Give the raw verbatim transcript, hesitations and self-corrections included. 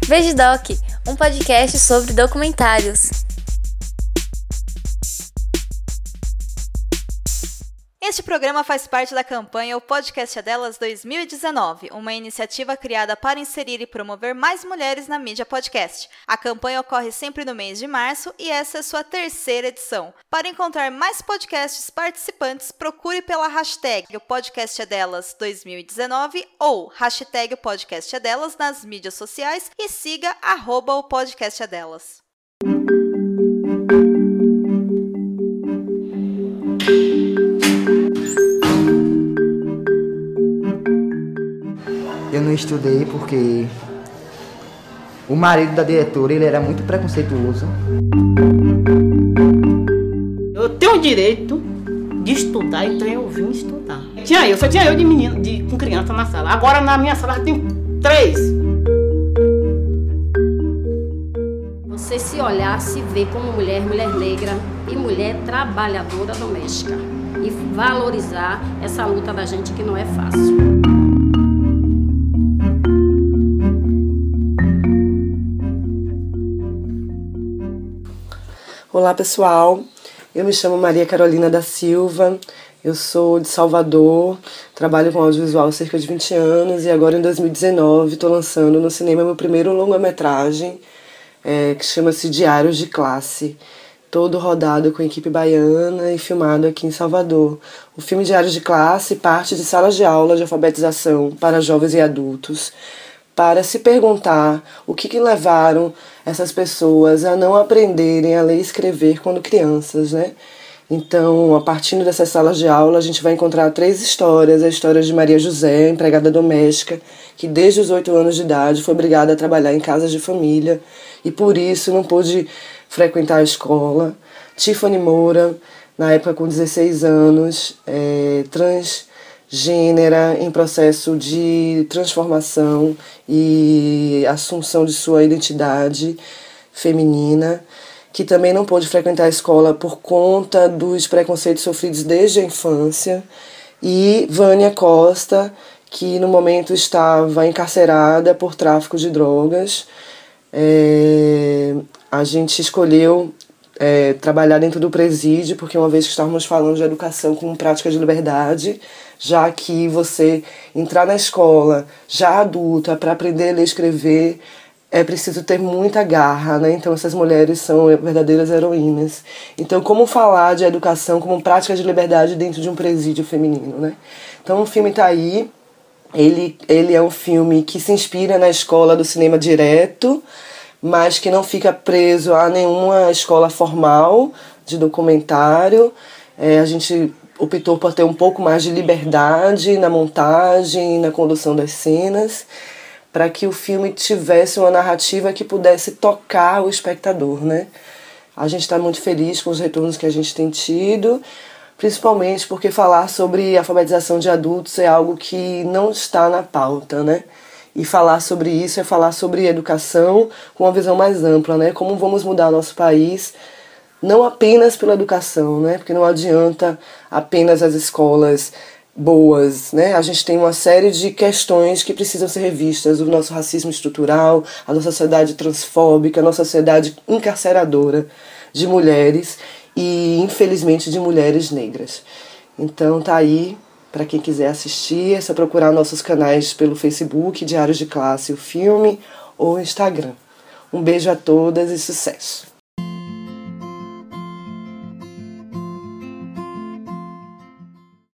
Vegidoc, um podcast sobre documentários. Este programa faz parte da campanha O Podcast é Delas dois mil e dezenove, uma iniciativa criada para inserir e promover mais mulheres na mídia podcast. A campanha ocorre sempre no mês de março e essa é sua terceira edição. Para encontrar mais podcasts participantes, procure pela hashtag O Podcast é Delas dois mil e dezenove ou hashtag O Podcast é Delas nas mídias sociais e siga arroba O Podcast é Delas. Eu não estudei porque o marido da diretora, ele era muito preconceituoso. Eu tenho o direito de estudar, então eu vim estudar. Tinha eu, só tinha eu de menino, de, com criança na sala. Agora na minha sala tem três. Você se olhar, se ver como mulher, mulher negra e mulher trabalhadora doméstica. E valorizar essa luta da gente que não é fácil. Olá pessoal, eu me chamo Maria Carolina da Silva, eu sou de Salvador, trabalho com audiovisual há cerca de vinte anos e agora em dois mil e dezenove estou lançando no cinema meu primeiro longa-metragem é, que chama-se Diários de Classe, todo rodado com a equipe baiana e filmado aqui em Salvador. O filme Diários de Classe parte de salas de aula de alfabetização para jovens e adultos, para se perguntar o que, que levaram essas pessoas a não aprenderem a ler e escrever quando crianças, né? Então, a partir dessas salas de aula, a gente vai encontrar três histórias. A história de Maria José, empregada doméstica, que desde os oito anos de idade foi obrigada a trabalhar em casas de família e por isso não pôde frequentar a escola. Tiffany Moura, na época com dezesseis anos, é, transgênera, em processo de transformação e assunção de sua identidade feminina, que também não pôde frequentar a escola por conta dos preconceitos sofridos desde a infância, e Vânia Costa, que no momento estava encarcerada por tráfico de drogas. É, a gente escolheu é, trabalhar dentro do presídio, porque uma vez que estávamos falando de educação como prática de liberdade, já que você entrar na escola já adulta para aprender a ler e escrever é preciso ter muita garra, né? Então essas mulheres são verdadeiras heroínas. Então como falar de educação como prática de liberdade dentro de um presídio feminino, né? Então o filme está aí, ele, ele é um filme que se inspira na escola do cinema direto, mas que não fica preso a nenhuma escola formal de documentário. É, a gente optou por ter um pouco mais de liberdade na montagem, na condução das cenas, para que o filme tivesse uma narrativa que pudesse tocar o espectador, né? A gente está muito feliz com os retornos que a gente tem tido, principalmente porque falar sobre alfabetização de adultos é algo que não está na pauta, né? E falar sobre isso é falar sobre educação com uma visão mais ampla, né? Como vamos mudar nosso país, não apenas pela educação, né? Porque não adianta apenas as escolas boas, né? A gente tem uma série de questões que precisam ser revistas: o nosso racismo estrutural, a nossa sociedade transfóbica, a nossa sociedade encarceradora de mulheres e, infelizmente, de mulheres negras. Então tá aí, para quem quiser assistir, é só procurar nossos canais pelo Facebook, Diários de Classe, o filme, ou Instagram. Um beijo a todas e sucesso!